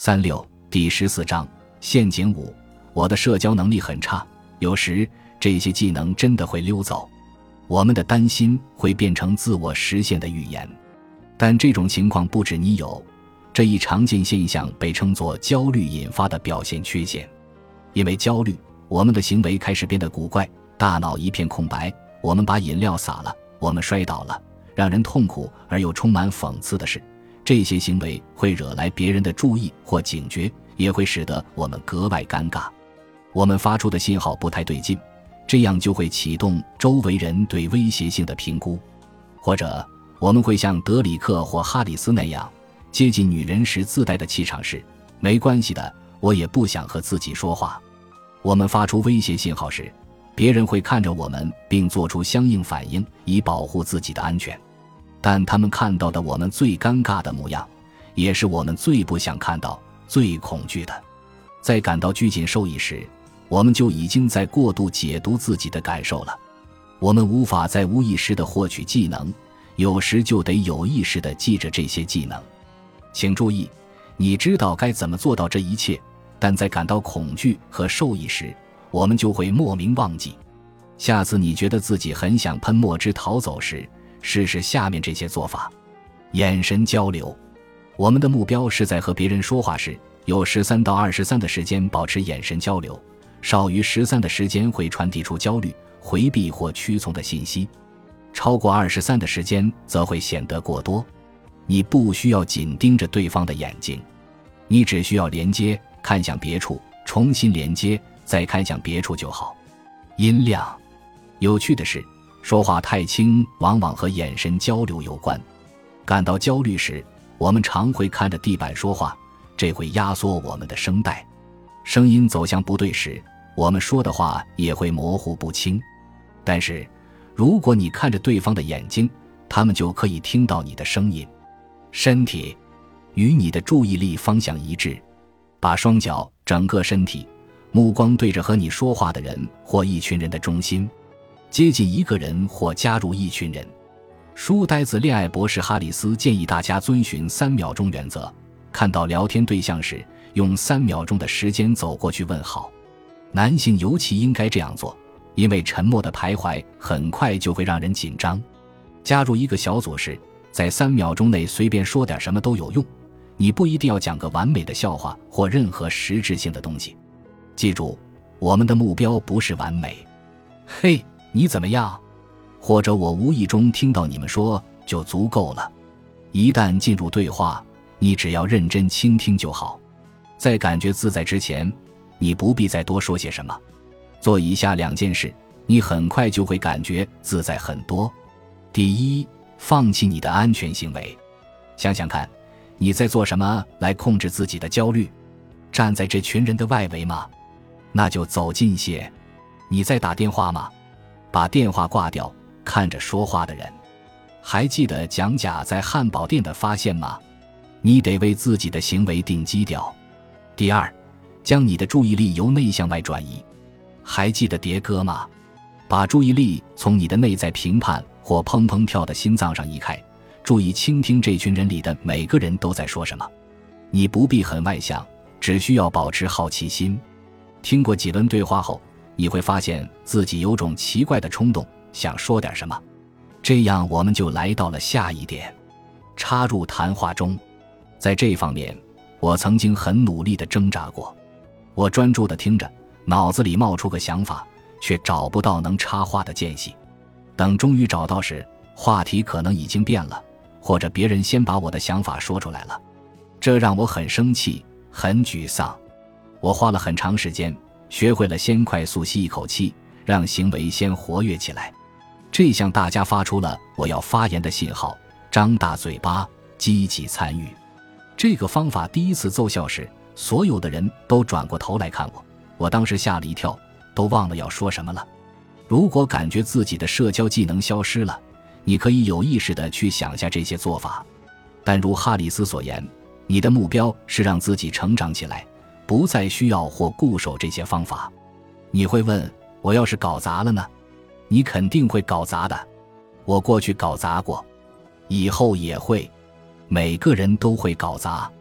36第14章陷阱5。我的社交能力很差，有时这些技能真的会溜走。我们的担心会变成自我实现的预言，但这种情况不止你有，这一常见现象被称作焦虑引发的表现缺陷。因为焦虑，我们的行为开始变得古怪，大脑一片空白，我们把饮料洒了，我们摔倒了。让人痛苦而又充满讽刺的是，这些行为会惹来别人的注意或警觉，也会使得我们格外尴尬。我们发出的信号不太对劲，这样就会启动周围人对威胁性的评估。或者我们会像德里克或哈里斯那样，接近女人时自带的气场是没关系的，我也不想和自己说话。我们发出威胁信号时，别人会看着我们并做出相应反应，以保护自己的安全。但他们看到的我们最尴尬的模样，也是我们最不想看到、最恐惧的。在感到拘谨受益时，我们就已经在过度解读自己的感受了。我们无法在无意识地获取技能，有时就得有意识地记着这些技能。请注意，你知道该怎么做到这一切，但在感到恐惧和受益时，我们就会莫名忘记。下次你觉得自己很想喷墨汁逃走时，试试下面这些做法。眼神交流，我们的目标是在和别人说话时，有13到23的时间保持眼神交流，少于13的时间会传递出焦虑、回避或屈从的信息，超过23的时间则会显得过多。你不需要紧盯着对方的眼睛，你只需要连接，看向别处，重新连接，再看向别处就好。音量，有趣的是，说话太轻往往和眼神交流有关。感到焦虑时，我们常会看着地板说话，这会压缩我们的声带。声音走向不对时，我们说的话也会模糊不清。但是如果你看着对方的眼睛，他们就可以听到你的声音。身体，与你的注意力方向一致，把双脚、整个身体、目光对着和你说话的人或一群人的中心，接近一个人或加入一群人。书呆子恋爱博士哈里斯建议大家遵循3秒钟原则，看到聊天对象时，用3秒钟的时间走过去问好。男性尤其应该这样做，因为沉默的徘徊很快就会让人紧张。加入一个小组时，在3秒钟内随便说点什么都有用，你不一定要讲个完美的笑话或任何实质性的东西。记住，我们的目标不是完美。嘿，你怎么样？或者我无意中听到你们说就足够了。一旦进入对话，你只要认真倾听就好。在感觉自在之前，你不必再多说些什么。做以下2件事，你很快就会感觉自在很多。第一，放弃你的安全行为。想想看，你在做什么来控制自己的焦虑？站在这群人的外围吗？那就走近些。你在打电话吗？把电话挂掉，看着说话的人。还记得蒋甲在汉堡店的发现吗？你得为自己的行为定基调。第二，将你的注意力由内向外转移。还记得迭戈吗？把注意力从你的内在评判或砰砰跳的心脏上移开，注意倾听这群人里的每个人都在说什么。你不必很外向，只需要保持好奇心。听过几轮对话后，你会发现自己有种奇怪的冲动，想说点什么。这样我们就来到了下一点，插入谈话中。在这方面，我曾经很努力地挣扎过。我专注地听着，脑子里冒出个想法，却找不到能插话的间隙。等终于找到时，话题可能已经变了，或者别人先把我的想法说出来了。这让我很生气，很沮丧。我花了很长时间，学会了先快速吸一口气，让行为先活跃起来。这向大家发出了我要发言的信号，张大嘴巴，积极参与。这个方法第一次奏效时，所有的人都转过头来看我，我当时吓了一跳，都忘了要说什么了。如果感觉自己的社交技能消失了，你可以有意识地去想下这些做法。但如哈里斯所言，你的目标是让自己成长起来，不再需要或固守这些方法。你会问，我要是搞砸了呢？你肯定会搞砸的。我过去搞砸过，以后也会。每个人都会搞砸。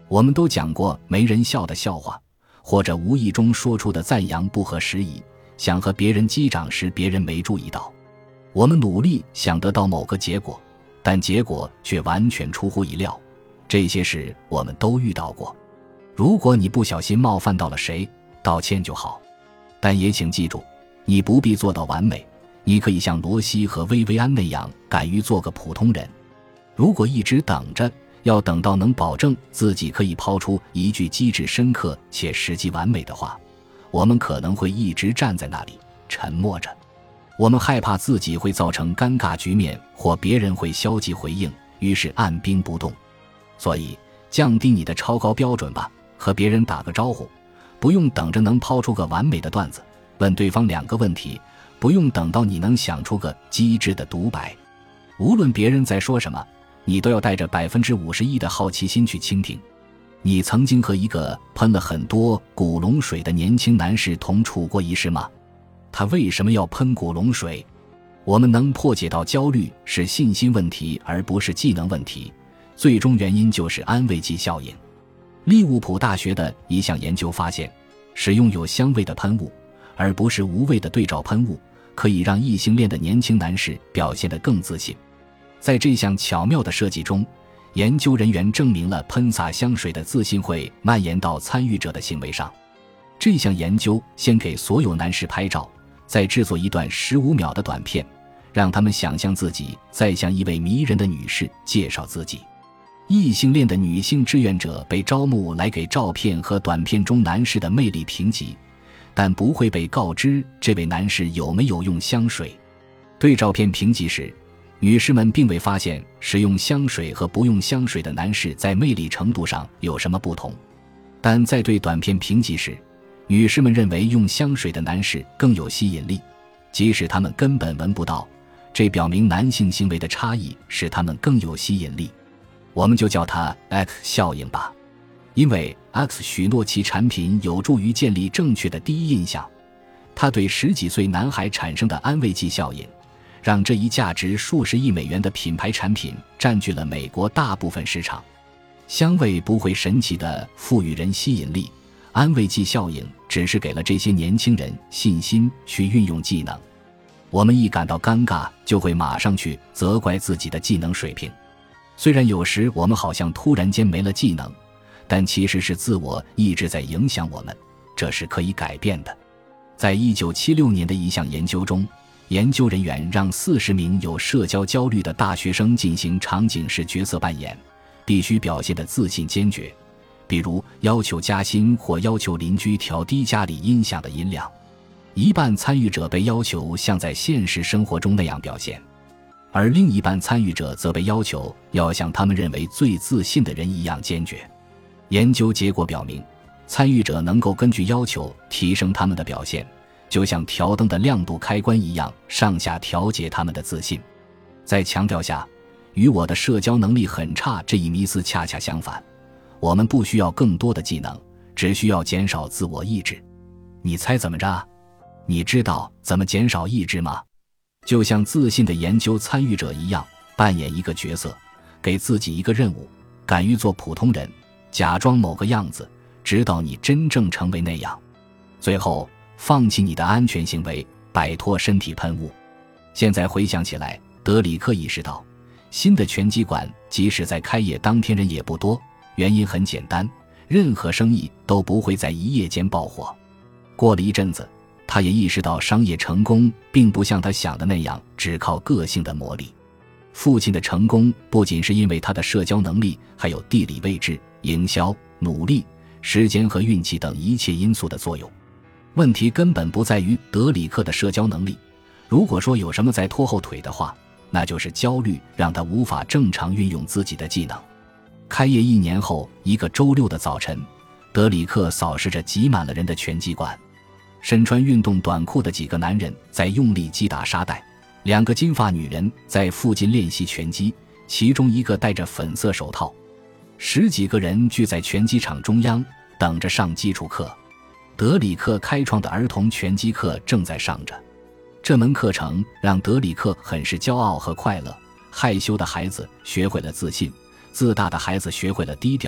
我们都讲过没人笑的笑话，或者无意中说出的赞扬不合时宜，想和别人击掌时别人没注意到。我们努力想得到某个结果，但结果却完全出乎意料。这些事我们都遇到过。如果你不小心冒犯到了谁，道歉就好。但也请记住，你不必做到完美，你可以像罗西和薇薇安那样敢于做个普通人。如果一直等着，要等到能保证自己可以抛出一句机智深刻且实际完美的话，我们可能会一直站在那里沉默着。我们害怕自己会造成尴尬局面，或别人会消极回应，于是按兵不动。所以降低你的超高标准吧，和别人打个招呼，不用等着能抛出个完美的段子，问对方2个问题，不用等到你能想出个机智的独白。无论别人在说什么，你都要带着51%的好奇心去倾听。你曾经和一个喷了很多古龙水的年轻男士同处过一室吗？他为什么要喷古龙水？我们能破解到焦虑是信心问题而不是技能问题，最终原因就是安慰剂效应。利物浦大学的一项研究发现，使用有香味的喷雾而不是无味的对照喷雾，可以让异性恋的年轻男士表现得更自信。在这项巧妙的设计中，研究人员证明了喷洒香水的自信会蔓延到参与者的行为上。这项研究先给所有男士拍照，再制作一段15秒的短片，让他们想象自己在向一位迷人的女士介绍自己。异性恋的女性志愿者被招募来给照片和短片中男士的魅力评级，但不会被告知这位男士有没有用香水。对照片评级时，女士们并未发现使用香水和不用香水的男士在魅力程度上有什么不同，但在对短片评级时，女士们认为用香水的男士更有吸引力，即使他们根本闻不到，这表明男性行为的差异使他们更有吸引力。我们就叫它 X 效应吧，因为 X 许诺其产品有助于建立正确的第一印象。它对10几岁男孩产生的安慰剂效应，让这一价值数十亿美元的品牌产品占据了美国大部分市场。香味不会神奇地赋予人吸引力，安慰剂效应只是给了这些年轻人信心去运用技能。我们一感到尴尬，就会马上去责怪自己的技能水平。虽然有时我们好像突然间没了技能，但其实是自我一直在影响我们，这是可以改变的。在1976年的一项研究中，研究人员让40名有社交焦虑的大学生进行场景式角色扮演，必须表现得自信坚决，比如要求加薪或要求邻居调低家里音响的音量。一半参与者被要求像在现实生活中那样表现，而另一半参与者则被要求要像他们认为最自信的人一样坚决。研究结果表明，参与者能够根据要求提升他们的表现，就像调灯的亮度开关一样，上下调节他们的自信。在强调下，与我的社交能力很差这一迷思恰恰相反，我们不需要更多的技能，只需要减少自我意志。你猜怎么着？你知道怎么减少意志吗？就像自信的研究参与者一样，扮演一个角色，给自己一个任务，敢于做普通人，假装某个样子，直到你真正成为那样。最后放弃你的安全行为，摆脱身体喷雾。现在回想起来，德里克意识到，新的拳击馆即使在开业当天人也不多，原因很简单，任何生意都不会在一夜间爆火。过了一阵子，他也意识到商业成功并不像他想的那样只靠个性的魔力。父亲的成功不仅是因为他的社交能力，还有地理位置、营销、努力、时间和运气等一切因素的作用。问题根本不在于德里克的社交能力，如果说有什么在拖后腿的话，那就是焦虑让他无法正常运用自己的技能。开业1年后，一个周六的早晨，德里克扫视着挤满了人的拳击馆。身穿运动短裤的几个男人在用力击打沙袋，2个金发女人在附近练习拳击，其中一个戴着粉色手套。10几个人聚在拳击场中央，等着上基础课。德里克开创的儿童拳击课正在上着。这门课程让德里克很是骄傲和快乐，害羞的孩子学会了自信，自大的孩子学会了低调，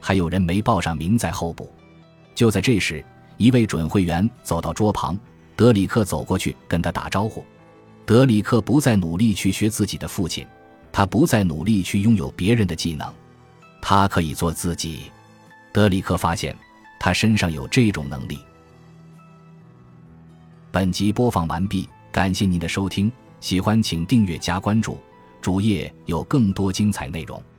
还有人没报上名在候补。就在这时，一位准会员走到桌旁，德里克走过去跟他打招呼。德里克不再努力去学自己的父亲，他不再努力去拥有别人的技能，他可以做自己。德里克发现他身上有这种能力。本集播放完毕，感谢您的收听，喜欢请订阅加关注，主页有更多精彩内容。